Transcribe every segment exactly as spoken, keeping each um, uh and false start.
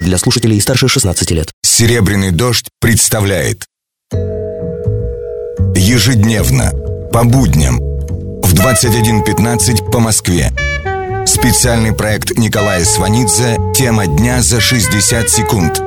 для слушателей старше шестнадцати лет. «Серебряный дождь» представляет ежедневно, по будням, в двадцать один пятнадцать по Москве. Специальный проект Николая Сванидзе «Тема дня за шестьдесят секунд».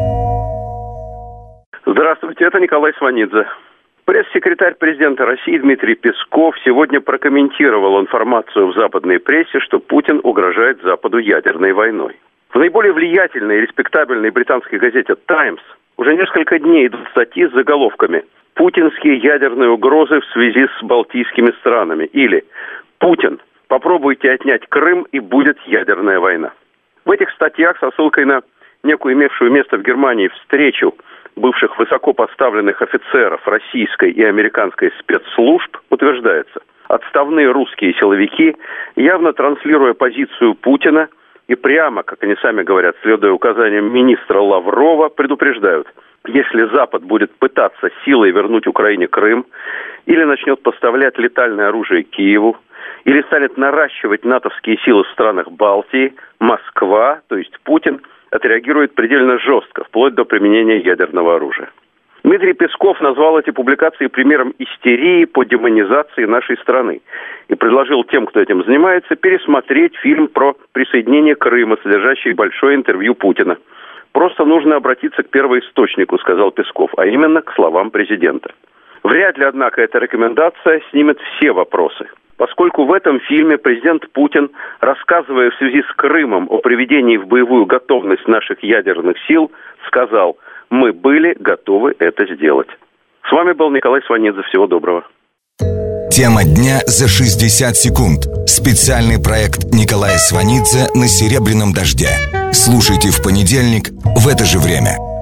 Здравствуйте, это Николай Сванидзе. Пресс-секретарь президента России Дмитрий Песков сегодня прокомментировал информацию в западной прессе, что Путин угрожает Западу ядерной войной. В наиболее влиятельной и респектабельной британской газете «Таймс» уже несколько дней идут статьи с заголовками «Путинские ядерные угрозы в связи с балтийскими странами» или «Путин, попробуйте отнять Крым, и будет ядерная война». В этих статьях со ссылкой на некую имевшую место в Германии встречу бывших высокопоставленных офицеров российской и американской спецслужб утверждается: отставные русские силовики, явно транслируя позицию Путина и прямо, как они сами говорят, следуя указаниям министра Лаврова, предупреждают: если Запад будет пытаться силой вернуть Украине Крым, или начнет поставлять летальное оружие Киеву, или станет наращивать натовские силы в странах Балтии, Москва, то есть Путин, отреагирует предельно жестко, вплоть до применения ядерного оружия. Дмитрий Песков назвал эти публикации примером истерии по демонизации нашей страны и предложил тем, кто этим занимается, пересмотреть фильм про присоединение Крыма, содержащий большое интервью Путина. «Просто нужно обратиться к первоисточнику», — сказал Песков, а именно к словам президента. Вряд ли, однако, эта рекомендация снимет все вопросы, поскольку в этом фильме президент Путин, рассказывая в связи с Крымом о приведении в боевую готовность наших ядерных сил, сказал: «Мы были готовы это сделать». С вами был Николай Сванидзе. Всего доброго. Тема дня за шестьдесят секунд. Специальный проект Николая Сванидзе на «Серебряном дожде». Слушайте в понедельник в это же время.